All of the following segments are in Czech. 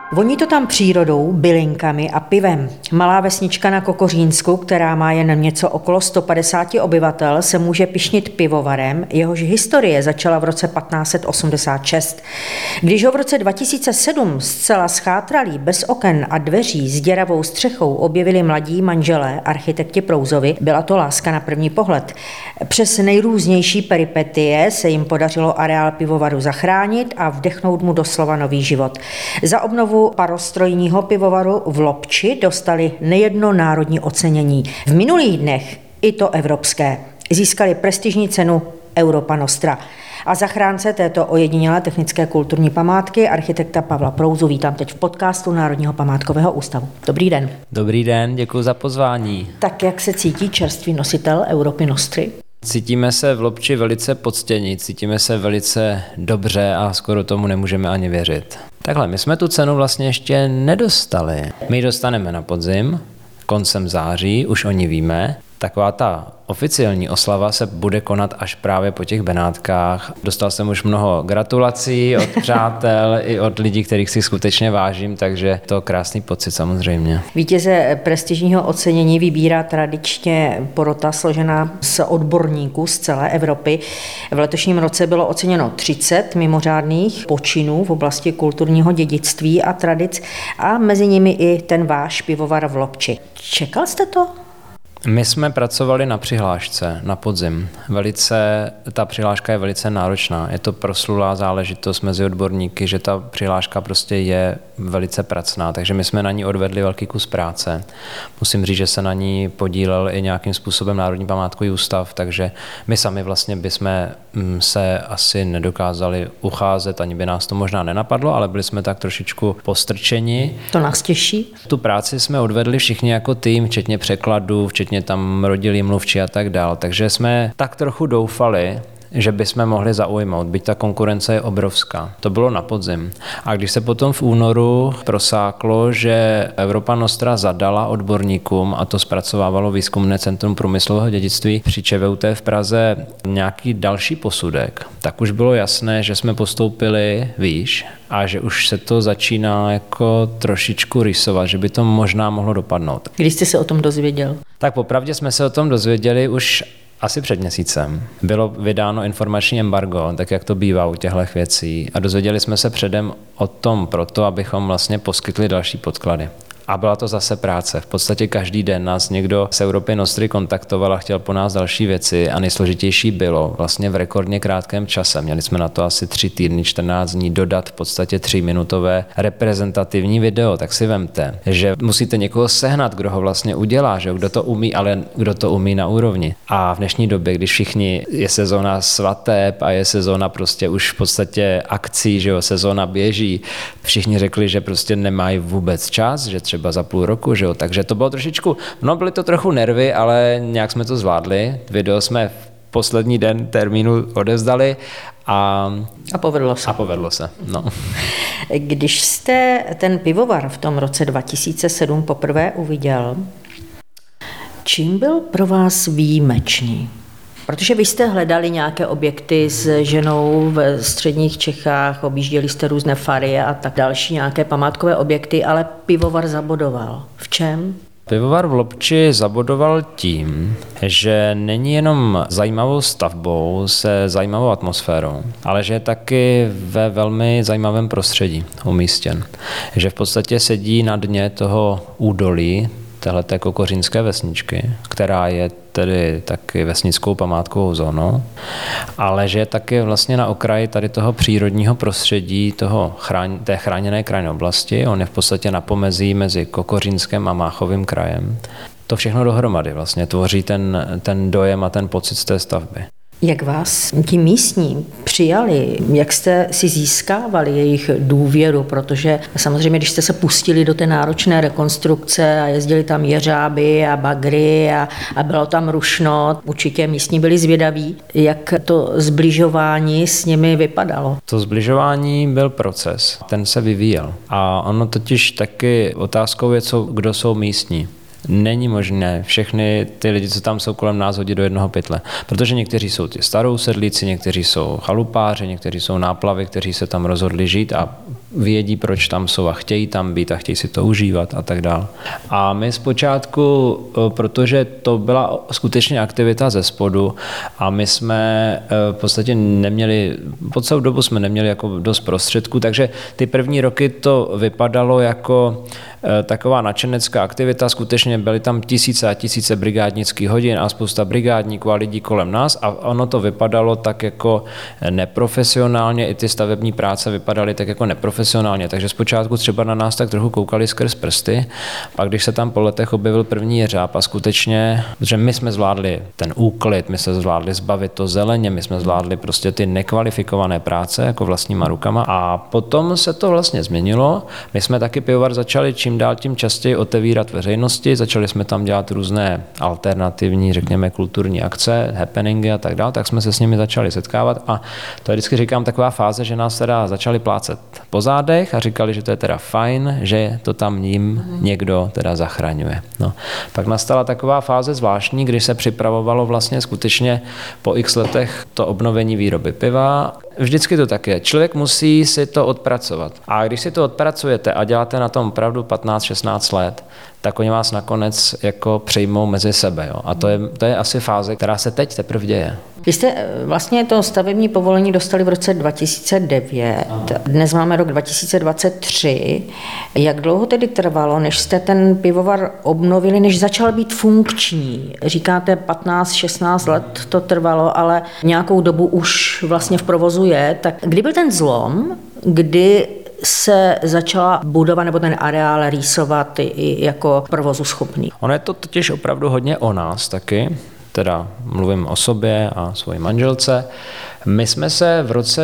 Voní to tam přírodou, bylinkami a pivem. Malá vesnička na Kokořínsku, která má jen něco okolo 150 obyvatel, se může pyšnit pivovarem, jehož historie začala v roce 1586. Když ho v roce 2007 zcela schátralý, bez oken a dveří s děravou střechou objevili mladí manželé, architekti Prouzovi, byla to láska na první pohled. Přes nejrůznější peripetie se jim podařilo areál pivovaru zachránit a vdechnout mu doslova nový život. Za obnovu parostrojního pivovaru v Lobči dostali nejedno národní ocenění. V minulých dnech i to evropské. Získali prestižní cenu Europa Nostra. A zachránce této ojedinělé technické kulturní památky, architekta Pavla Prouzu, vítám teď v podcastu Národního památkového ústavu. Dobrý den. Dobrý den, děkuji za pozvání. Tak jak se cítí čerstvý nositel Europy Nostry? Cítíme se v Lobči velice poctění, cítíme se velice dobře a skoro tomu nemůžeme ani věřit. Takhle, my jsme tu cenu vlastně ještě nedostali. My ji dostaneme na podzim, koncem září, už o ní víme. Taková ta oficiální oslava se bude konat až právě po těch Benátkách. Dostal jsem už mnoho gratulací od přátel i od lidí, kterých si skutečně vážím, takže to krásný pocit samozřejmě. Vítěze prestižního ocenění vybírá tradičně porota složená z odborníků z celé Evropy. V letošním roce bylo oceněno 30 mimořádných počinů v oblasti kulturního dědictví a tradic a mezi nimi i ten váš pivovar v Lobči. Čekal jste to? My jsme pracovali na přihlášce na podzim. Ta přihláška je velice náročná. Je to proslulá záležitost mezi odborníky, že ta přihláška prostě je velice pracná, takže my jsme na ní odvedli velký kus práce. Musím říct, že se na ní podílel i nějakým způsobem Národní památkový ústav, takže my sami vlastně bychom se asi nedokázali ucházet, ani by nás to možná nenapadlo, ale byli jsme tak trošičku postrčeni. To nás těší. Tu práci jsme odvedli všichni jako tým, včetně překladů, včetně tam rodilí mluvčí a tak dál, takže jsme tak trochu doufali, že bychom mohli zaujmout, byť ta konkurence je obrovská. To bylo na podzim. A když se potom v únoru prosáklo, že Europa Nostra zadala odborníkům, a to zpracovávalo Výzkumné centrum průmyslového dědictví při ČVUT v Praze, nějaký další posudek, tak už bylo jasné, že jsme postoupili výš a že už se to začíná jako trošičku rýsovat, že by to možná mohlo dopadnout. Když jste se o tom dozvěděl? Tak popravdě jsme se o tom dozvěděli už asi před měsícem. Bylo vydáno informační embargo, tak jak to bývá u těchto věcí, a dozvěděli jsme se předem o tom proto, abychom vlastně poskytli další podklady. A byla to zase práce. V podstatě každý den nás někdo z Europy Nostry kontaktoval a chtěl po nás další věci a nejsložitější bylo vlastně v rekordně krátkém čase. Měli jsme na to asi 3 týdny, 14 dní dodat v podstatě 3minutové reprezentativní video. Tak si vemte, že musíte někoho sehnat, kdo ho vlastně udělá, že kdo to umí, ale kdo to umí na úrovni. A v dnešní době, když všichni je sezóna svateb a je sezóna prostě už v podstatě akcí, že jo, sezóna běží, všichni řekli, že prostě nemají vůbec čas, že třeba za půl roku, že jo, takže to bylo trošičku, byly to trochu nervy, ale nějak jsme to zvládli. Video jsme v poslední den termínu odevzdali a povedlo se. No. Když jste ten pivovar v tom roce 2007 poprvé uviděl, čím byl pro vás výjimečný? Protože vy jste hledali nějaké objekty s ženou v středních Čechách, objížděli jste různé fary a tak další nějaké památkové objekty, ale pivovar zabodoval. V čem? Pivovar v Lobči zabodoval tím, že není jenom zajímavou stavbou se zajímavou atmosférou, ale že je taky ve velmi zajímavém prostředí umístěn. Že v podstatě sedí na dně toho údolí, téhleté kokořínské vesničky, která je tedy taky vesnickou památkovou zónou, ale že je taky vlastně na okraji tady toho přírodního prostředí, té chráněné krajinné oblasti. On je v podstatě na pomezí mezi Kokořínském a Máchovým krajem. To všechno dohromady vlastně tvoří ten dojem a ten pocit z té stavby. Jak vás ti místní přijali, jak jste si získávali jejich důvěru, protože samozřejmě, když jste se pustili do té náročné rekonstrukce a jezdili tam jeřáby a bagry a bylo tam rušno, určitě místní byli zvědaví, jak to zbližování s nimi vypadalo. To zbližování byl proces, ten se vyvíjel a ono totiž taky otázkou je, kdo jsou místní. Není možné všechny ty lidi, co tam jsou kolem nás, hodit do jednoho pytle. Protože někteří jsou ti starou sedlíci, někteří jsou chalupáři, někteří jsou náplavy, kteří se tam rozhodli žít a vědí, proč tam jsou a chtějí tam být a chtějí si to užívat a tak dále. A my zpočátku, protože to byla skutečně aktivita ze spodu a my jsme v podstatě neměli, po celou dobu jsme neměli jako dost prostředků, takže ty první roky to vypadalo jako taková nadšenecká aktivita, skutečně byly tam tisíce a tisíce brigádnických hodin a spousta brigádníků a lidí kolem nás a ono to vypadalo tak jako neprofesionálně, i ty stavební práce vypadaly tak jako neprofesionálně, takže zpočátku třeba na nás tak trochu koukali skrz prsty, pak když se tam po letech objevil první jeřáb a skutečně, že my jsme zvládli ten úklid, my jsme zvládli zbavit to zeleně, my jsme zvládli prostě ty nekvalifikované práce jako vlastníma rukama a potom se to vlastně změnilo. My jsme taky pivovar začali čím dál tím častěji otevírat veřejnosti, začali jsme tam dělat různé alternativní, řekněme, kulturní akce, happeningy a tak dále, tak jsme se s nimi začali setkávat a to je vždycky říkám taková fáze, že nás teda začali plácet po zádech a říkali, že to je teda fajn, že to tam jim někdo teda zachraňuje. No. Pak nastala taková fáze zvláštní, kdy se připravovalo vlastně skutečně po x letech to obnovení výroby piva. Vždycky to tak je. Člověk musí si to odpracovat. A když si to odpracujete a děláte na tom opravdu 15-16 let, tak oni vás nakonec jako přejmou mezi sebe. Jo? A to je asi fáze, která se teď teprve děje. Vy jste vlastně to stavební povolení dostali v roce 2009, dnes máme rok 2023. Jak dlouho tedy trvalo, než jste ten pivovar obnovili, než začal být funkční? Říkáte 15-16 let to trvalo, ale nějakou dobu už vlastně v provozu je. Tak kdy byl ten zlom, kdy se začala budova nebo ten areál rýsovat i jako provozu schopný? Ono je to totiž opravdu hodně o nás taky, teda mluvím o sobě a svojí manželce. My jsme se v roce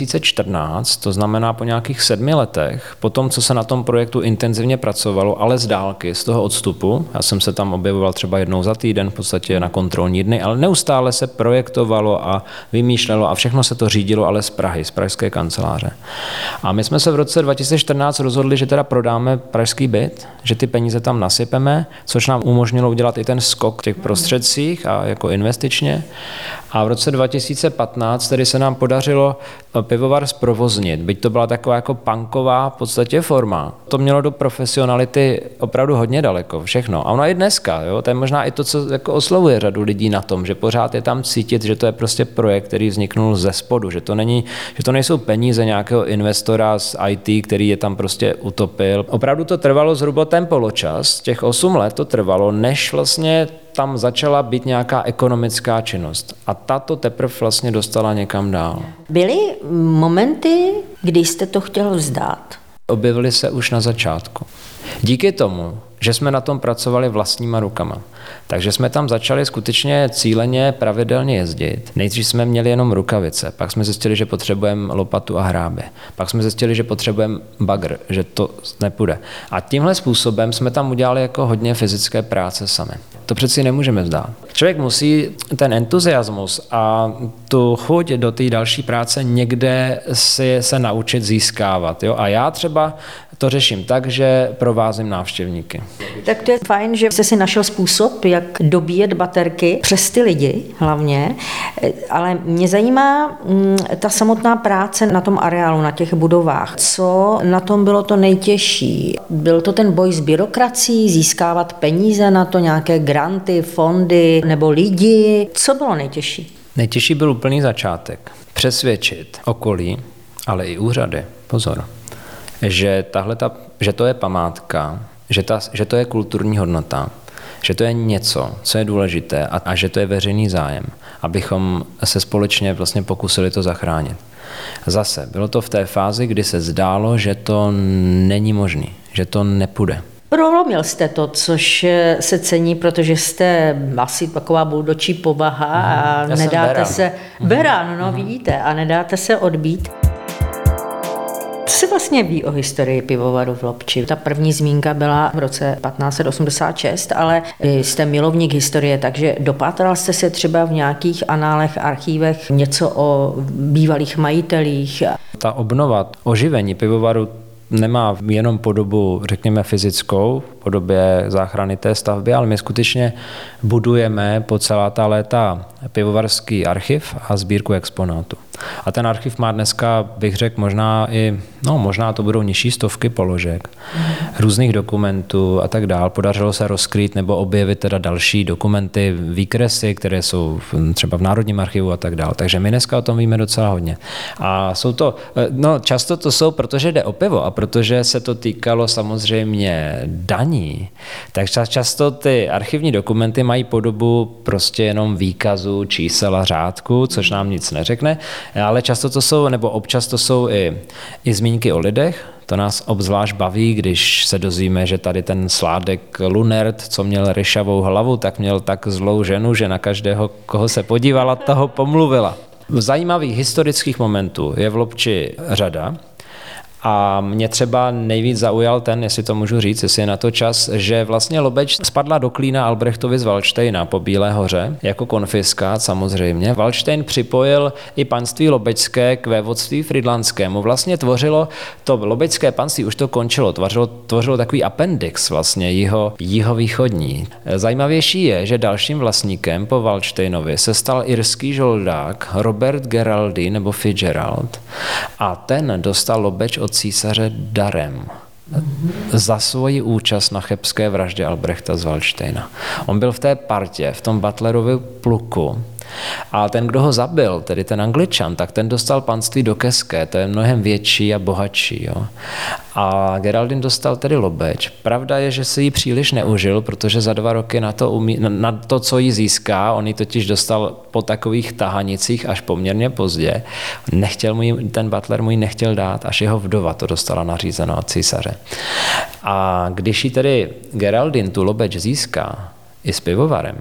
2014, to znamená po nějakých 7 letech, po tom, co se na tom projektu intenzivně pracovalo, ale z dálky, z toho odstupu, já jsem se tam objevoval třeba jednou za týden, v podstatě na kontrolní dny, ale neustále se projektovalo a vymýšlelo a všechno se to řídilo, ale z Prahy, z pražské kanceláře. A my jsme se v roce 2014 rozhodli, že teda prodáme pražský byt, že ty peníze tam nasypeme, což nám umožnilo udělat i ten skok v těch prostředcích a jako investičně. A v roce 2015 tedy se nám podařilo pivovar zprovoznit, byť to byla taková jako punková v podstatě forma. To mělo do profesionality opravdu hodně daleko, všechno. A ono i dneska, jo, to je možná i to, co jako oslovuje řadu lidí na tom, že pořád je tam cítit, že to je prostě projekt, který vzniknul ze spodu, že to nejsou peníze nějakého investora z IT, který je tam prostě utopil. Opravdu to trvalo zhruba ten poločas, těch 8 let to trvalo, než vlastně tam začala být nějaká ekonomická činnost. A tato teprve vlastně dostala někam dál. Byly momenty, kdy jste to chtěl vzdát? Objevily se už na začátku. Díky tomu, že jsme na tom pracovali vlastníma rukama. Takže jsme tam začali skutečně cíleně pravidelně jezdit. Nejdřív jsme měli jenom rukavice, pak jsme zjistili, že potřebujeme lopatu a hrábě. Pak jsme zjistili, že potřebujeme bagr, že to nepůjde. A tímhle způsobem jsme tam udělali jako hodně fyzické práce sami. To přeci nemůžeme vzdát. Člověk musí ten entuziasmus a tu chuť do té další práce někde si se naučit získávat. Jo? A já třeba to řeším tak, že provázím návštěvníky. Tak to je fajn, že jste si našel způsob, jak dobíjet baterky přes ty lidi hlavně, ale mě zajímá ta samotná práce na tom areálu, na těch budovách. Co na tom bylo to nejtěžší? Byl to ten boj s byrokracií, získávat peníze na to, nějaké granty, fondy nebo lidi? Co bylo nejtěžší? Nejtěžší byl úplný začátek. Přesvědčit okolí, ale i úřady, pozor, že to je památka, že to je kulturní hodnota, že to je něco, co je důležité a že to je veřejný zájem, abychom se společně vlastně pokusili to zachránit. Zase bylo to v té fázi, kdy se zdálo, že to není možné, že to nepůjde. Prolomil jste to, což se cení, protože jste asi taková buldočí povaha a nedáte se... Beran, no vidíte, a nedáte se odbít. Co se vlastně ví o historii pivovaru v Lobči? Ta první zmínka byla v roce 1586, ale jste milovník historie, takže dopátral jste se třeba v nějakých análech, archívech něco o bývalých majitelích? Ta obnova, oživení pivovaru nemá jenom podobu, řekněme, fyzickou, v podobě záchrany té stavby, ale my skutečně budujeme po celá ta léta pivovarský archiv a sbírku exponátů. A ten archiv má dneska, bych řekl, možná to budou nižší stovky položek, různých dokumentů a tak dál. Podařilo se rozkrýt nebo objevit teda další dokumenty, výkresy, které jsou třeba v Národním archivu a tak dál. Takže my dneska o tom víme docela hodně. A jsou to, často to jsou, protože jde o pivo a protože se to týkalo samozřejmě daní, tak často ty archivní dokumenty mají podobu prostě jenom výkazu, čísel a řádku, což nám nic neřekne, ale často to jsou, nebo občas to jsou i zmínky o lidech. To nás obzvlášť baví, když se dozvíme, že tady ten Sládek Lunert, co měl ryšavou hlavu, tak měl tak zlou ženu, že na každého, koho se podívala, toho pomluvila. Zajímavých historických momentů je v Lobči řada. A mě třeba nejvíc zaujal ten, jestli to můžu říct, jestli je na to čas, že vlastně Lobeč spadla do klína Albrechtovi z Valdštejna po Bílé hoře, jako konfiskát samozřejmě. Valdštejn připojil i panství lobečské k vévodství frýdlanskému. Vlastně tvořilo to lobečské panství, už to končilo, tvořilo takový appendix vlastně jihovýchodní. Zajímavější je, že dalším vlastníkem po Valdštejnovi se stal irský žoldák Robert Geraldine nebo Fitzgerald a ten dostal Lobeč od císaře darem za svoji účast na chebské vraždě Albrechta z Valdštejna. On byl v té partě, v tom Butlerově pluku a ten, kdo ho zabil, tedy ten Angličan, tak ten dostal panství do Keské, to je mnohem větší a bohatší. Jo. A Geraldine dostal tedy Lobeč. Pravda je, že si ji příliš neužil, protože za 2 roky na to, co jí získá, on ji totiž dostal po takových tahanicích až poměrně pozdě. Ten Butler mu ji nechtěl dát, až jeho vdova to dostala nařízeno od císaře. A když ji tedy Geraldine tu Lobeč získá i s pivovarem,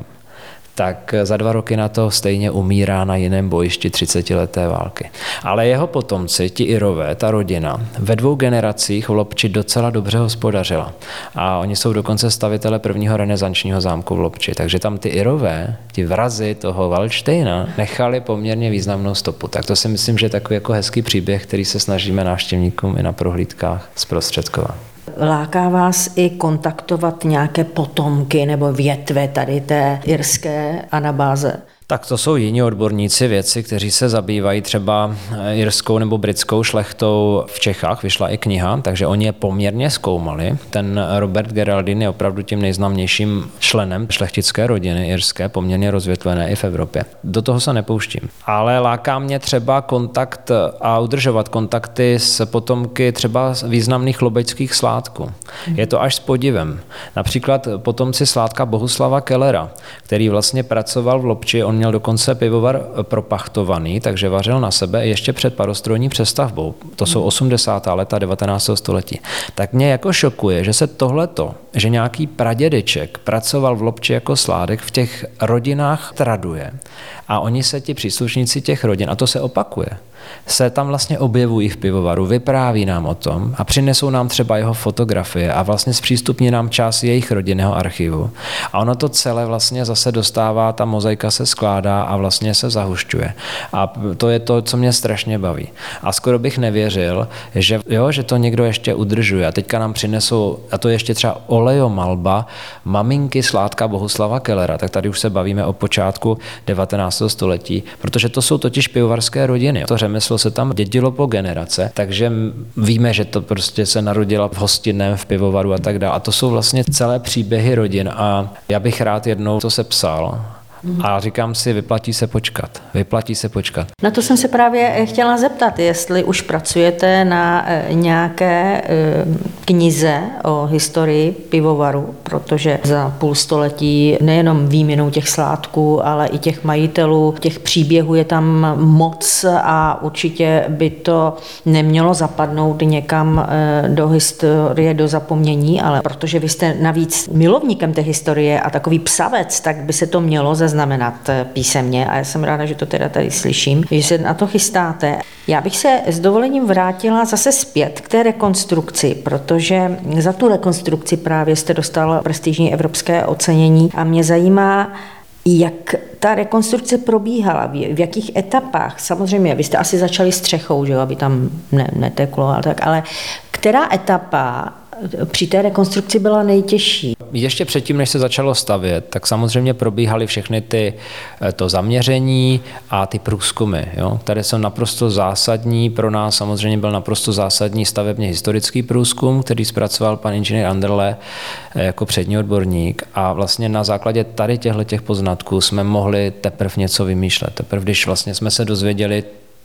tak za 2 roky na to stejně umírá na jiném bojišti 30leté války. Ale jeho potomci, ti Irové, ta rodina, ve 2 generacích v Lobči docela dobře hospodařila. A oni jsou dokonce stavitele prvního renesančního zámku v Lobči. Takže tam ty Irové, ti vrazi toho Valdštejna, nechali poměrně významnou stopu. Tak to si myslím, že je takový jako hezký příběh, který se snažíme návštěvníkům i na prohlídkách zprostředkovat. Láká vás i kontaktovat nějaké potomky nebo větve tady té irské anabáze? Tak to jsou jiní odborníci, vědci, kteří se zabývají třeba irskou nebo britskou šlechtou v Čechách. Vyšla i kniha, takže oni je poměrně zkoumali. Ten Robert Geraldine je opravdu tím nejznámějším členem šlechtické rodiny irské, poměrně rozvětvené i v Evropě. Do toho se nepouštím. Ale láká mě třeba kontakt a udržovat kontakty s potomky třeba významných lobečských sládků. Je to až s podivem. Například potomci sládka Bohuslava Kellera, který vlastně pracoval v Lobči. On měl dokonce pivovar propachtovaný, takže vařil na sebe ještě před parostrojní přestavbou. To jsou 80. léta 19. století. Tak mě jako šokuje, že se tohleto, že nějaký pradědeček pracoval v Lobči jako sládek, v těch rodinách traduje. A oni se ti příslušníci těch rodin, a to se opakuje, se tam vlastně objevují v pivovaru, vypráví nám o tom a přinesou nám třeba jeho fotografie a vlastně zpřístupní nám část jejich rodinného archivu. A ono to celé vlastně zase dostává, ta mozaika se skládá a vlastně se zahušťuje. A to je to, co mě strašně baví. A skoro bych nevěřil, že to někdo ještě udržuje. A teďka nám přinesou, a to je ještě třeba olejomalba maminky sládka Bohuslava Kellera, tak tady už se bavíme o počátku 19. století, protože to jsou totiž pivovarské rodiny. To řemeslo se tam dědilo po generace, takže víme, že to prostě se narodila v hostinném, v pivovaru a tak dále. A to jsou vlastně celé příběhy rodin a já bych rád jednou to sepsal. A říkám si, vyplatí se počkat. Na to jsem se právě chtěla zeptat, jestli už pracujete na nějaké knize o historii pivovaru, protože za půl století nejenom výměnou těch sládků, ale i těch majitelů, těch příběhů je tam moc a určitě by to nemělo zapadnout někam do historie, do zapomnění, ale protože vy jste navíc milovníkem té historie a takový psavec, tak by se to mělo zaznamenat písemně a já jsem ráda, že to teda tady slyším, že se na to chystáte. Já bych se s dovolením vrátila zase zpět k té rekonstrukci, protože za tu rekonstrukci právě jste dostal prestižní evropské ocenění a mě zajímá, jak ta rekonstrukce probíhala, v jakých etapách. Samozřejmě, vy jste asi začali střechou, že jo, aby tam neteklo, ale která etapa při té rekonstrukci byla nejtěžší? Ještě předtím, než se začalo stavět, tak samozřejmě probíhaly všechny to zaměření a ty průzkumy, jo, které jsou naprosto zásadní. Pro nás samozřejmě byl naprosto zásadní stavebně historický průzkum, který zpracoval pan inženýr Anderle jako přední odborník, a vlastně na základě tady těchto poznatků jsme mohli teprve něco vymýšlet. Teprve když vlastně jsme se dozvěděli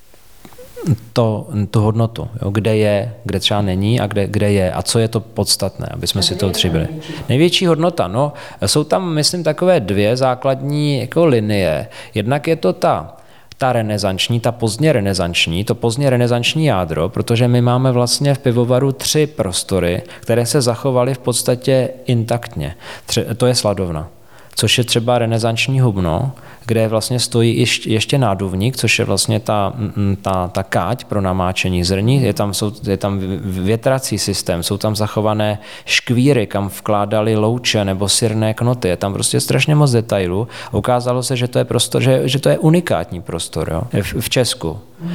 tu hodnotu, jo, kde je, kde třeba není a kde je a co je to podstatné, aby jsme si to utříbili. Největší hodnota, no, jsou tam, myslím, takové dvě základní jako linie. Jednak je to ta renesanční, ta pozdně renesanční, to pozdně renesanční jádro, protože my máme vlastně v pivovaru 3 prostory, které se zachovaly v podstatě intaktně. To je sladovna, což je třeba renesanční hubno, kde vlastně stojí ještě náduvník, což je vlastně ta káť pro namáčení zrní. Je tam větrací systém, jsou tam zachované škvíry, kam vkládali louče nebo sirné knoty. Je tam prostě strašně moc detailů. Ukázalo se, že to je prostor, že to je unikátní prostor, jo, v Česku.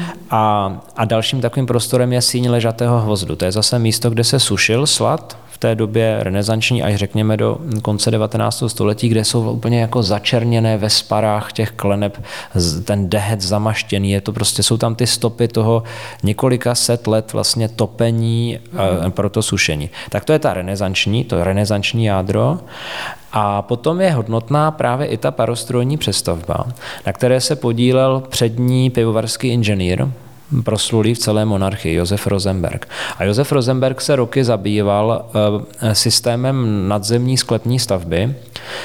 A dalším takovým prostorem je síň ležatého hvozdu. To je zase místo, kde se sušil slad v té době renesanční, až řekněme do konce 19. století, kde jsou úplně jako začerněné ve sparách těch kleneb, ten dehet zamaštěný, je to prostě, jsou tam ty stopy toho několika set let vlastně topení pro to sušení. Tak to je ta renesanční, to renesanční jádro. A potom je hodnotná právě i ta parostrojní přestavba, na které se podílel přední pivovarský inženýr, proslulý v celé monarchii, Josef Rosenberg. A Josef Rosenberg se roky zabýval systémem nadzemní sklepní stavby.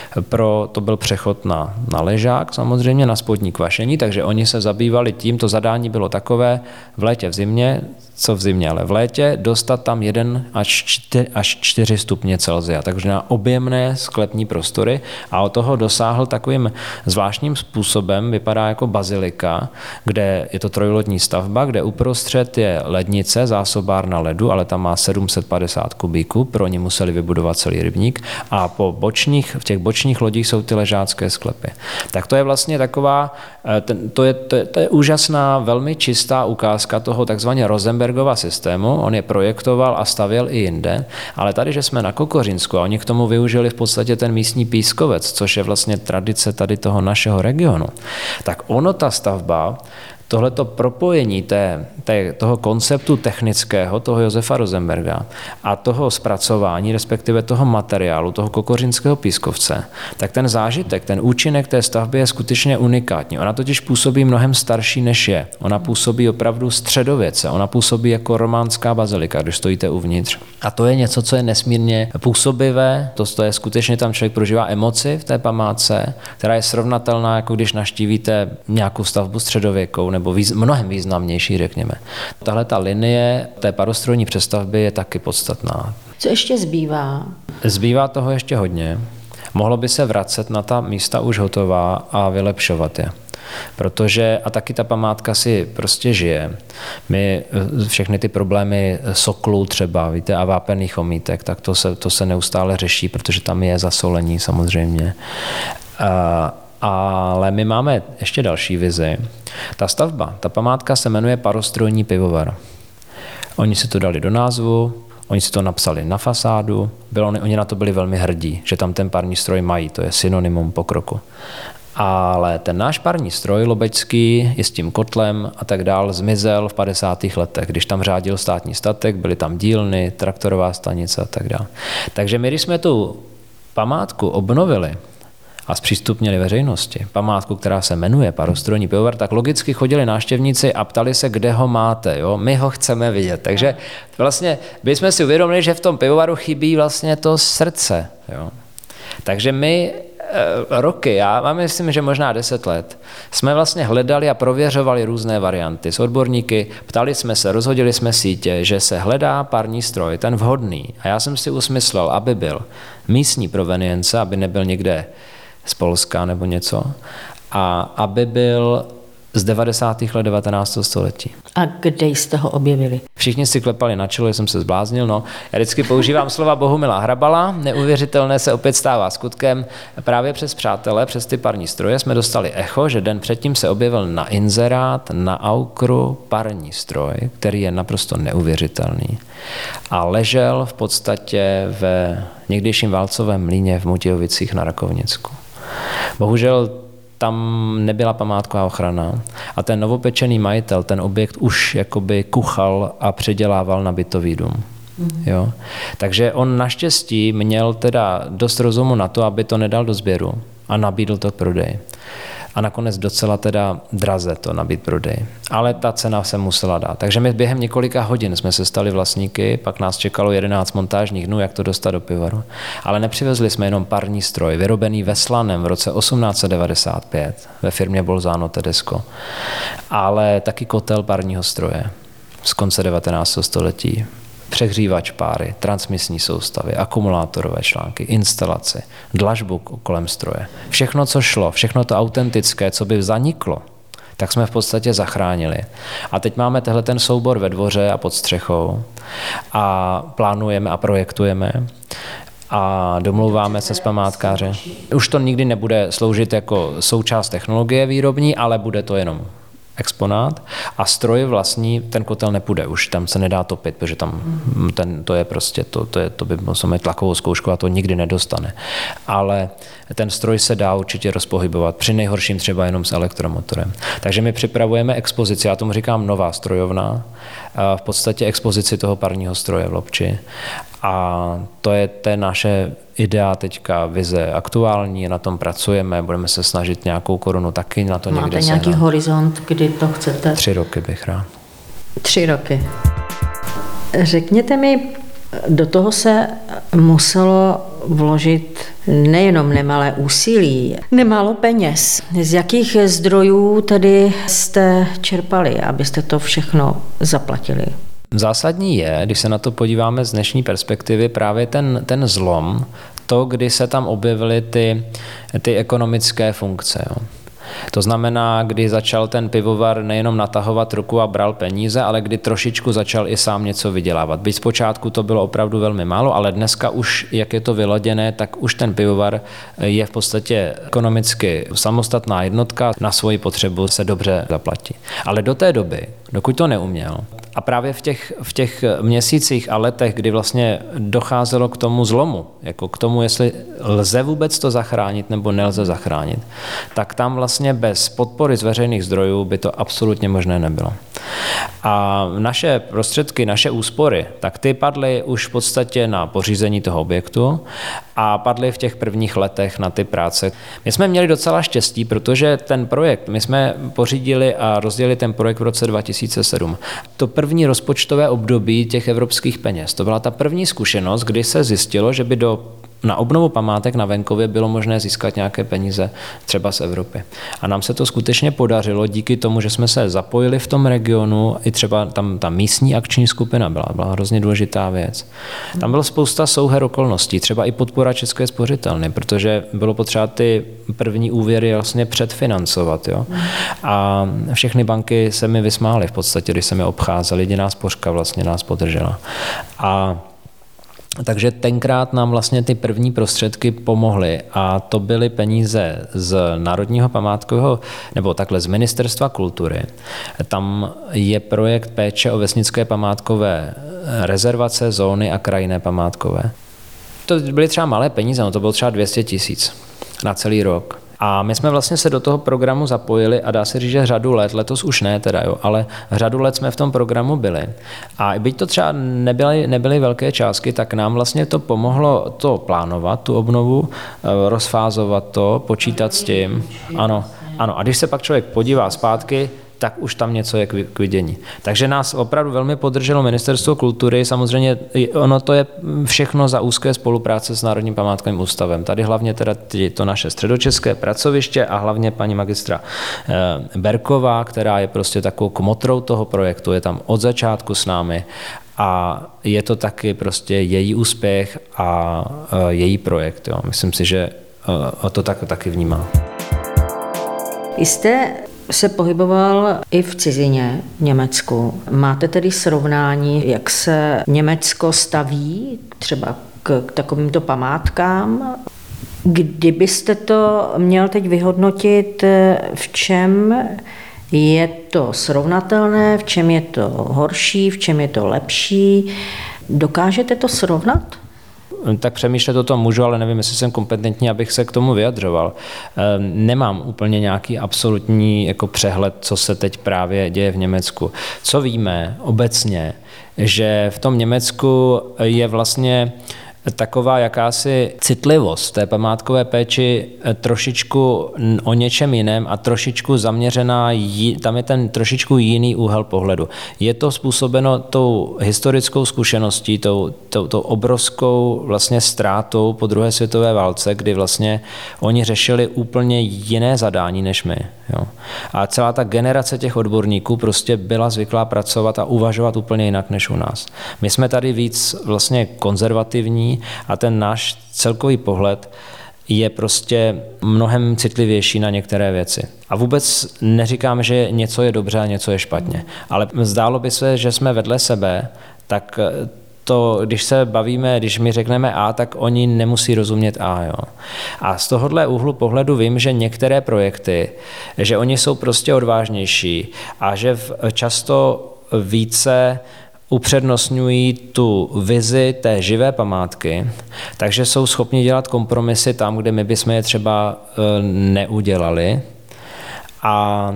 To byl přechod na ležák, samozřejmě na spodní kvašení, takže oni se zabývali tím, to zadání bylo takové v létě, v zimě, ale v létě dostat tam 1 až 4 stupně Celsia, takže na objemné sklepní prostory, a od toho dosáhl takovým zvláštním způsobem, vypadá jako bazilika, kde je to trojlodní stavba, kde uprostřed je lednice, zásobárna ledu, ale tam má 750 kubíků, pro ně museli vybudovat celý rybník, a v těch bočních lodích jsou ty ležácké sklepy. Tak to je vlastně taková, to je úžasná, velmi čistá ukázka toho takzvaně Rosenbergova systému. On je projektoval a stavěl i jinde, ale tady, že jsme na Kokořínsku a oni k tomu využili v podstatě ten místní pískovec, což je vlastně tradice tady toho našeho regionu, tak ta stavba, tohleto propojení toho konceptu technického, toho Josefa Rosenberga a toho zpracování, respektive toho materiálu, toho kokořínského pískovce, tak ten zážitek, ten účinek té stavby je skutečně unikátní. Ona totiž působí mnohem starší, než je. Ona působí opravdu středověce, ona působí jako románská bazilika, když stojíte uvnitř. A to je něco, co je nesmírně působivé, to je skutečně, tam člověk prožívá emoci v té památce, která je srovnatelná, jako když navštívíte nějakou stavbu středověkou, nebo mnohem významnější, řekněme. Tahle ta linie té parostrojní přestavby je taky podstatná. Co ještě zbývá? Zbývá toho ještě hodně. Mohlo by se vracet na ta místa už hotová a vylepšovat je. Protože, a taky ta památka si prostě žije. My všechny ty problémy soklů třeba, víte, a vápenných omítek, tak to se neustále řeší, protože tam je zasolení samozřejmě. Ale my máme ještě další vizi. Ta památka se jmenuje Parostrojní pivovar. Oni si to dali do názvu, oni si to napsali na fasádu, oni na to byli velmi hrdí, že tam ten parní stroj mají, to je synonymum pokroku. Ale ten náš parní stroj lobecký je s tím kotlem a tak dál zmizel v 50. letech, když tam řádil státní statek, byly tam dílny, traktorová stanice a tak dál. Takže my, když jsme tu památku obnovili a zpřístupnili veřejnosti památku, která se jmenuje Parostrojní pivovar, tak logicky chodili návštěvníci a ptali se, kde ho máte. Jo? My ho chceme vidět. Takže vlastně bychom si uvědomili, že v tom pivovaru chybí vlastně to srdce. Jo? Takže my roky, já myslím, že možná 10 let, jsme vlastně hledali a prověřovali různé varianty s odborníky, ptali jsme se, rozhodili jsme sítě, že se hledá parní stroj, ten vhodný. A já jsem si usmyslel, aby byl místní provenience, aby nebyl někde z Polska nebo něco, a aby byl z 90. let 19. století. A kde jste ho objevili? Všichni si klepali na čelo, že jsem se zbláznil. No. Já vždycky používám slova Bohumila Hrabala. Neuvěřitelné se opět stává skutkem. Právě přes přátele, přes ty parní stroje jsme dostali echo, že den předtím se objevil na inzerát na Aukru parní stroj, který je naprosto neuvěřitelný. A ležel v podstatě ve někdejším válcovém mlýně v Mutějovicích na Rakovnicku. Bohužel tam nebyla památková ochrana a ten novopečený majitel ten objekt už jakoby kuchal a předělával na bytový dům. Jo? Takže on naštěstí měl teda dost rozumu na to, aby to nedal do sběru a nabídl to k prodeji. A nakonec docela teda draze to nabít prodej. Ale ta cena se musela dát. Takže my během několika hodin jsme se stali vlastníky, pak nás čekalo 11 montážních dnů, jak to dostat do pivovaru. Ale nepřivezli jsme jenom parní stroj, vyrobený ve Slaném v roce 1895 ve firmě Bolzano Tedesco, ale taky kotel parního stroje z konce 19. století. Přehřívač páry, transmisní soustavy, akumulátorové články, instalaci, dlažbu kolem stroje. Všechno, co šlo, všechno to autentické, co by zaniklo, tak jsme v podstatě zachránili. A teď máme tenhle ten soubor ve dvoře a pod střechou a plánujeme a projektujeme a domlouváme se s památkáři. Už to nikdy nebude sloužit jako součást technologie výrobní, ale bude to jenom exponát a stroj vlastní, ten kotel nepůjde už, tam se nedá topit, protože tam to je prostě, to by musel mít tlakovou zkoušku a to nikdy nedostane. Ale ten stroj se dá určitě rozpohybovat, při nejhorším třeba jenom s elektromotorem. Takže my připravujeme expozici, já tomu říkám nová strojovna, v podstatě expozici toho parního stroje v Lobči. A to je naše idea teďka, vize aktuální, na tom pracujeme, budeme se snažit nějakou korunu taky na to někde Máte nějaký horizont, kdy to chcete? 3 roky bych rád. 3 roky. Řekněte mi, do toho se muselo vložit nejenom nemalé úsilí, nemálo peněz. Z jakých zdrojů tedy jste čerpali, abyste to všechno zaplatili? Zásadní je, když se na to podíváme z dnešní perspektivy, právě ten zlom, to, kdy se tam objevily ty ekonomické funkce. Jo. To znamená, kdy začal ten pivovar nejenom natahovat ruku a bral peníze, ale kdy trošičku začal i sám něco vydělávat. Byť zpočátku to bylo opravdu velmi málo, ale dneska už, jak je to vyladěné, tak už ten pivovar je v podstatě ekonomicky samostatná jednotka, na svoji potřebu se dobře zaplatí. Ale do té doby, dokud to neuměl, a právě v těch měsících a letech, kdy vlastně docházelo k tomu zlomu, jako k tomu, jestli lze vůbec to zachránit nebo nelze zachránit, tak tam vlastně bez podpory z veřejných zdrojů by to absolutně možné nebylo. A naše prostředky, naše úspory, tak ty padly už v podstatě na pořízení toho objektu a padly v těch prvních letech na ty práce. My jsme měli docela štěstí, protože ten projekt, my jsme pořídili a rozdělili ten projekt v roce 2007. To první rozpočtové období těch evropských peněz. To byla ta první zkušenost, kdy se zjistilo, že by na obnovu památek na venkově bylo možné získat nějaké peníze třeba z Evropy. A nám se to skutečně podařilo díky tomu, že jsme se zapojili v tom regionu, i třeba tam ta místní akční skupina byla hrozně důležitá věc. Tam byla spousta souher okolností, třeba i podpora České spořitelny, protože bylo potřeba ty první úvěry vlastně předfinancovat. Jo? A všechny banky se mi vysmály v podstatě, když jsem je obcházel. Jediná spořka vlastně nás podržela. Takže tenkrát nám vlastně ty první prostředky pomohly a to byly peníze z Národního památkového, nebo takhle z Ministerstva kultury. Tam je projekt péče o vesnické památkové rezervace, zóny a krajinné památkové. To byly třeba malé peníze, no to bylo třeba 200 000 na celý rok. A my jsme vlastně se do toho programu zapojili a dá se říct, že řadu let, letos už ne teda, jo, ale řadu let jsme v tom programu byli. A byť to třeba nebyly velké částky, tak nám vlastně to pomohlo to plánovat, tu obnovu, rozfázovat to, počítat s tím. Ano. A když se pak člověk podívá zpátky, tak už tam něco je k vidění. Takže nás opravdu velmi podrželo Ministerstvo kultury, samozřejmě ono to je všechno za úzké spolupráce s Národním památkovým ústavem. Tady hlavně teda to naše středočeské pracoviště a hlavně paní magistra Berková, která je prostě takovou kmotrou toho projektu, je tam od začátku s námi a je to taky prostě její úspěch a její projekt. Jo. Myslím si, že to taky vnímá. Jste se pohyboval i v cizině, v Německu. Máte tedy srovnání, jak se Německo staví třeba k takovýmto památkám? Kdybyste to měl teď vyhodnotit, v čem je to srovnatelné, v čem je to horší, v čem je to lepší? Dokážete to srovnat? Tak přemýšlet o tom můžu, ale nevím, jestli jsem kompetentní, abych se k tomu vyjadřoval. Nemám úplně nějaký absolutní jako přehled, co se teď právě děje v Německu. Co víme obecně, že v tom Německu je vlastně taková jakási citlivost té památkové péči trošičku o něčem jiném a trošičku zaměřená, tam je ten trošičku jiný úhel pohledu. Je to způsobeno tou historickou zkušeností, tou obrovskou vlastně ztrátou po druhé světové válce, kdy vlastně oni řešili úplně jiné zadání než my. Jo. A celá ta generace těch odborníků prostě byla zvyklá pracovat a uvažovat úplně jinak než u nás. My jsme tady víc vlastně konzervativní a ten náš celkový pohled je prostě mnohem citlivější na některé věci. A vůbec neříkám, že něco je dobře a něco je špatně. Ale zdálo by se, že jsme vedle sebe, tak to, když se bavíme, když my řekneme A, tak oni nemusí rozumět A. Jo. A z tohohle úhlu pohledu vím, že některé projekty, že oni jsou prostě odvážnější a že často více upřednostňují tu vizi té živé památky, takže jsou schopni dělat kompromisy tam, kde my bychom je třeba neudělali. A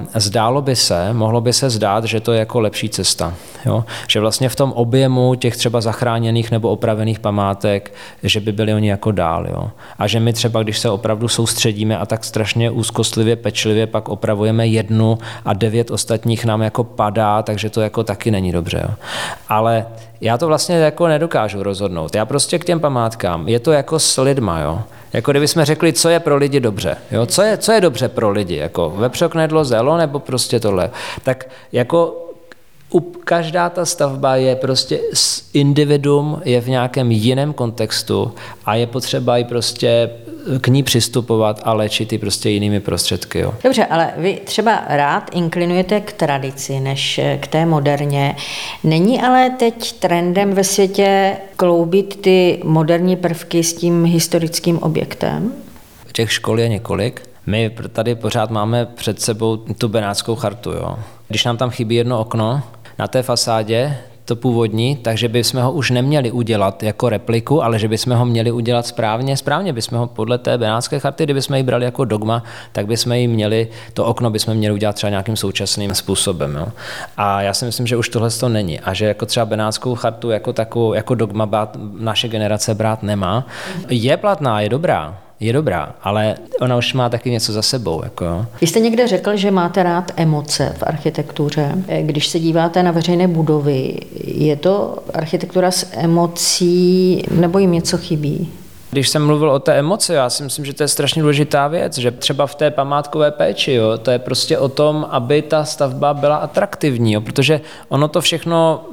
mohlo by se zdát, že to je jako lepší cesta. Jo? Že vlastně v tom objemu těch třeba zachráněných nebo opravených památek, že by byli oni jako dál. Jo? A že my třeba, když se opravdu soustředíme a tak strašně úzkostlivě, pečlivě pak opravujeme jednu a 9 ostatních nám jako padá, takže to jako taky není dobře. Jo? Ale já to vlastně jako nedokážu rozhodnout. Já prostě k těm památkám, je to jako s lidma, jo. Jako kdybychom řekli, co je pro lidi dobře, jo. Co je dobře pro lidi, jako vepřoknedlo, zelo nebo prostě tohle. Tak jako každá ta stavba je prostě individuum, je v nějakém jiném kontextu a je potřeba i prostě k ní přistupovat a léčit ji prostě jinými prostředky. Jo. Dobře, ale vy třeba rád inklinujete k tradici než k té moderně. Není ale teď trendem ve světě kloubit ty moderní prvky s tím historickým objektem? Těch škol je několik. My tady pořád máme před sebou tu Benátskou chartu. Jo. Když nám tam chybí jedno okno na té fasádě, to původní, takže bychom ho už neměli udělat jako repliku, ale že bychom ho měli udělat správně. Správně bychom ho podle té Benátské charty, kdybychom ji brali jako dogma, tak bychom ji měli, to okno bychom měli udělat třeba nějakým současným způsobem. Jo. A já si myslím, že už tohle to není. A že jako třeba Benátskou chartu jako takovou, jako dogma naše generace brát nemá. Je platná, je dobrá, ale ona už má taky něco za sebou. Jako. Vy jste někde řekl, že máte rád emoce v architektuře. Když se díváte na veřejné budovy, je to architektura s emocí nebo jim něco chybí? Když jsem mluvil o té emoci, já si myslím, že to je strašně důležitá věc, že třeba v té památkové péči, jo, to je prostě o tom, aby ta stavba byla atraktivní, jo, protože ono to všechno,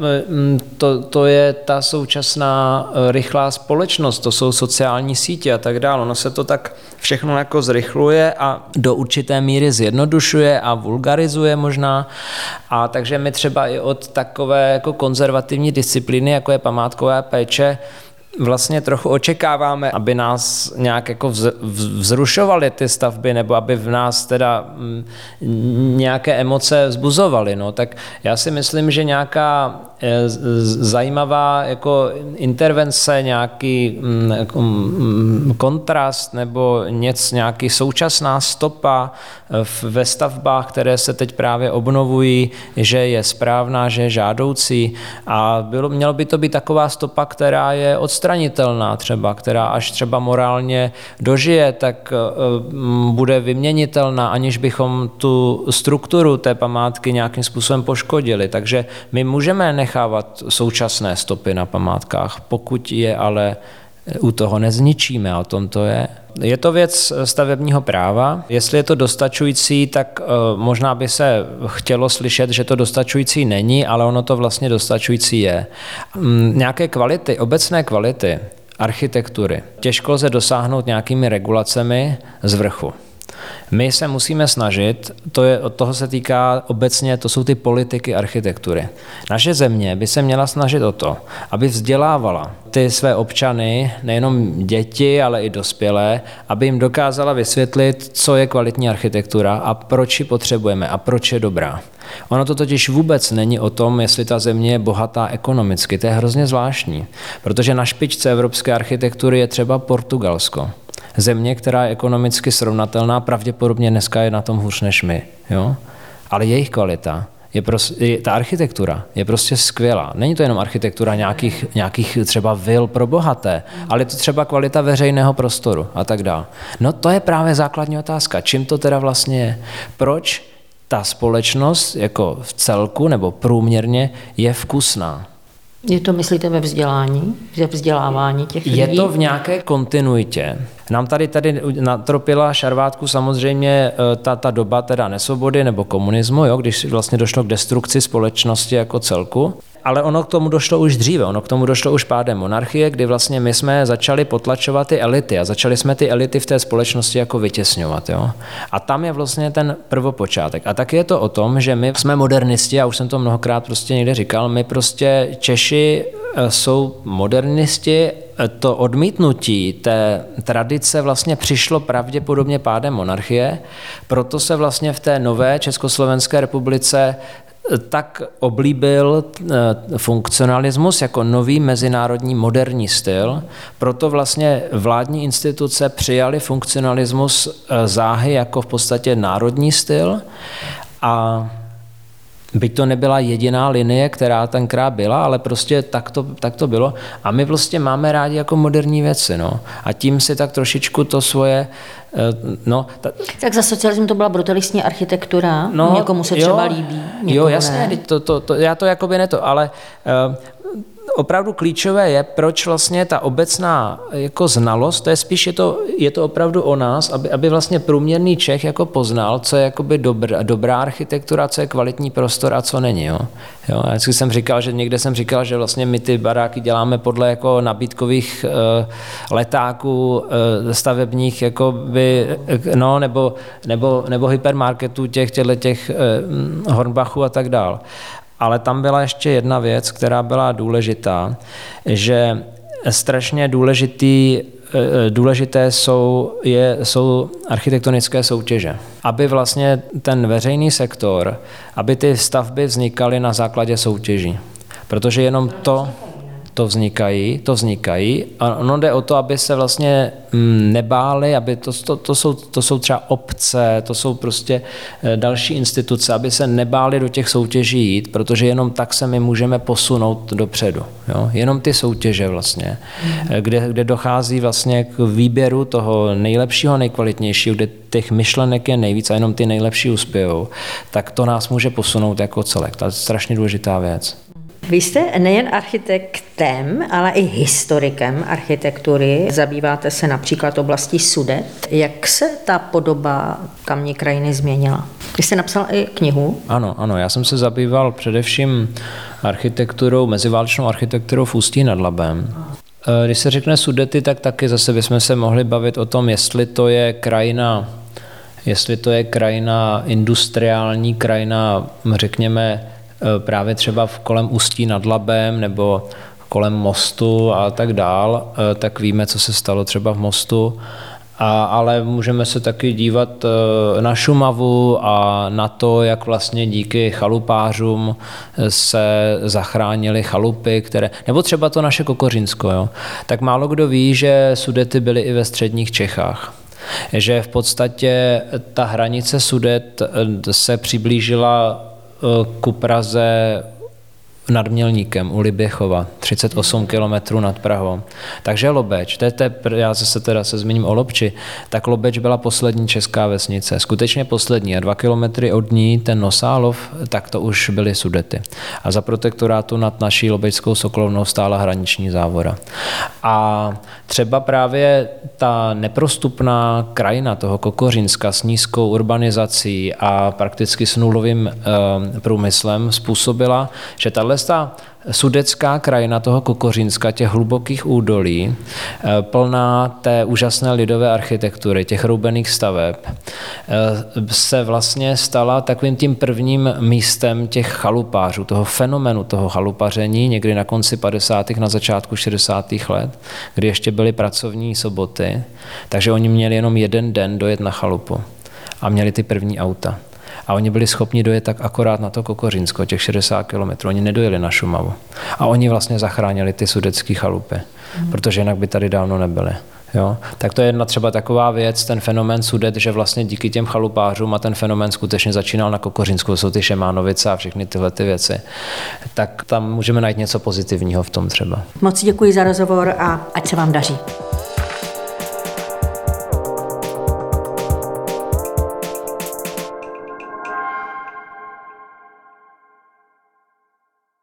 to je ta současná rychlá společnost, to jsou sociální sítě a tak dále, ono se to tak všechno jako zrychluje a do určité míry zjednodušuje a vulgarizuje možná, a takže my třeba i od takové jako konzervativní disciplíny, jako je památková péče, vlastně trochu očekáváme, aby nás nějak jako vzrušovaly ty stavby, nebo aby v nás teda nějaké emoce vzbuzovaly. No. Tak já si myslím, že nějaká zajímavá jako intervence, nějaký kontrast nebo nějaký současná stopa ve stavbách, které se teď právě obnovují, že je správná, že je žádoucí, a mělo by to být taková stopa, která je odstranitelná třeba, která až třeba morálně dožije, tak bude vyměnitelná, aniž bychom tu strukturu té památky nějakým způsobem poškodili. Takže my můžeme nechávat současné stopy na památkách, pokud je ale u toho nezničíme, a o tom to je. Je to věc stavebního práva. Jestli je to dostačující, tak možná by se chtělo slyšet, že to dostačující není, ale ono to vlastně dostačující je. Nějaké kvality, obecné kvality architektury těžko lze dosáhnout nějakými regulacemi z vrchu. My se musíme snažit, od toho se týká obecně, to jsou ty politiky architektury. Naše země by se měla snažit o to, aby vzdělávala ty své občany, nejenom děti, ale i dospělé, aby jim dokázala vysvětlit, co je kvalitní architektura a proč ji potřebujeme a proč je dobrá. Ono to totiž vůbec není o tom, jestli ta země je bohatá ekonomicky. To je hrozně zvláštní, protože na špičce evropské architektury je třeba Portugalsko. Země, která je ekonomicky srovnatelná, pravděpodobně dneska je na tom hůř než my. Jo? Ale jejich kvalita, ta architektura je prostě skvělá. Není to jenom architektura nějakých třeba vil pro bohaté, ale je to třeba kvalita veřejného prostoru a tak dále. No to je právě základní otázka. Čím to teda vlastně je? Proč ta společnost jako v celku nebo průměrně je vkusná? Je to, myslíte, ve vzdělávání těch lidí? Je to v nějaké kontinuitě. Nám tady natropila šarvátku samozřejmě ta doba teda nesvobody nebo komunismu, jo, když vlastně došlo k destrukci společnosti jako celku. Ale ono k tomu došlo už dříve, ono k tomu došlo už pádem monarchie, kdy vlastně my jsme začali potlačovat ty elity a začali jsme ty elity v té společnosti jako vytěsňovat. Jo? A tam je vlastně ten prvopočátek. A taky je to o tom, že my jsme modernisti, já už jsem to mnohokrát prostě někde říkal, my prostě Češi jsou modernisti, to odmítnutí té tradice vlastně přišlo pravděpodobně pádem monarchie, proto se vlastně v té nové Československé republice tak oblíbil funkcionalismus jako nový mezinárodní moderní styl, proto vlastně vládní instituce přijaly funkcionalismus záhy jako v podstatě národní styl a byť to nebyla jediná linie, která tenkrát byla, ale prostě tak to bylo. A my prostě máme rádi jako moderní věci. No. A tím si tak trošičku to svoje... Tak za socialismu to byla brutalistní architektura, někomu se třeba líbí. Jo, jasně, já to jakoby ne to, ale... Opravdu klíčové je, proč vlastně ta obecná jako znalost, to je spíš je to opravdu o nás, aby vlastně průměrný Čech jako poznal, co je jakoby dobrá architektura, co je kvalitní prostor a co není. Jo? Já někde jsem říkal, že vlastně my ty baráky děláme podle jako nabídkových letáků stavebních jakoby, nebo hypermarketů těch Hornbachů a tak dál. Ale tam byla ještě jedna věc, která byla důležitá, že strašně důležité jsou architektonické soutěže. Aby vlastně ten veřejný sektor, aby ty stavby vznikaly na základě soutěží. Protože jenom to vznikají a ono jde o to, aby se vlastně nebáli, aby to jsou třeba obce, to jsou prostě další instituce, aby se nebáli do těch soutěží jít, protože jenom tak se my můžeme posunout dopředu. Jo? Jenom ty soutěže vlastně, kde dochází vlastně k výběru toho nejlepšího, nejkvalitnějšího, kde těch myšlenek je nejvíc a jenom ty nejlepší uspějou, tak to nás může posunout jako celek. To je strašně důležitá věc. Vy jste nejen architektem, ale i historikem architektury. Zabýváte se například oblastí Sudet. Jak se ta podoba tamní krajiny změnila? Vy jste napsal i knihu. Ano, já jsem se zabýval především architekturou, meziválečnou architekturou v Ústí nad Labem. Když se řekne Sudety, tak taky zase bychom se mohli bavit o tom, jestli to je krajina industriální, krajina, řekněme, právě třeba kolem Ústí nad Labem nebo kolem Mostu a tak dál, tak víme, co se stalo třeba v Mostu. Ale můžeme se taky dívat na Šumavu a na to, jak vlastně díky chalupářům se zachránily chalupy, nebo třeba to naše Kokořínsko. Jo? Tak málo kdo ví, že Sudety byly i ve středních Čechách. Že v podstatě ta hranice Sudet se přiblížila ku Praze nad Mělníkem u Liběchova, 38 kilometrů nad Prahou. Takže Lobeč, já zase teda se zmíním o Lobči, tak Lobeč byla poslední česká vesnice, skutečně poslední a 2 kilometry od ní ten Nosálov, tak to už byly Sudety. A za protektorátu nad naší Lobečskou Sokolovnou stála hraniční závora. A třeba právě ta neprostupná krajina toho Kokořínska s nízkou urbanizací a prakticky s nulovým průmyslem způsobila, že tahle ta sudetská krajina toho Kokořínska, těch hlubokých údolí, plná té úžasné lidové architektury, těch roubených staveb, se vlastně stala takovým tím prvním místem těch chalupářů, toho fenomenu toho chalupaření, někdy na konci 50. na začátku 60. let, kdy ještě byly pracovní soboty, takže oni měli jenom jeden den dojet na chalupu a měli ty první auta. A oni byli schopni dojet tak akorát na to Kokořínsko, těch 60 kilometrů. Oni nedojeli na Šumavu. A oni vlastně zachránili ty sudetské chalupy, protože jinak by tady dávno nebyly. Jo? Tak to je jedna třeba taková věc, ten fenomén Sudet, že vlastně díky těm chalupářům a ten fenomén skutečně začínal na Kokořínsku, jsou ty Šemánovice a všechny tyhle ty věci. Tak tam můžeme najít něco pozitivního v tom třeba. Moc děkuji za rozhovor a ať se vám daří.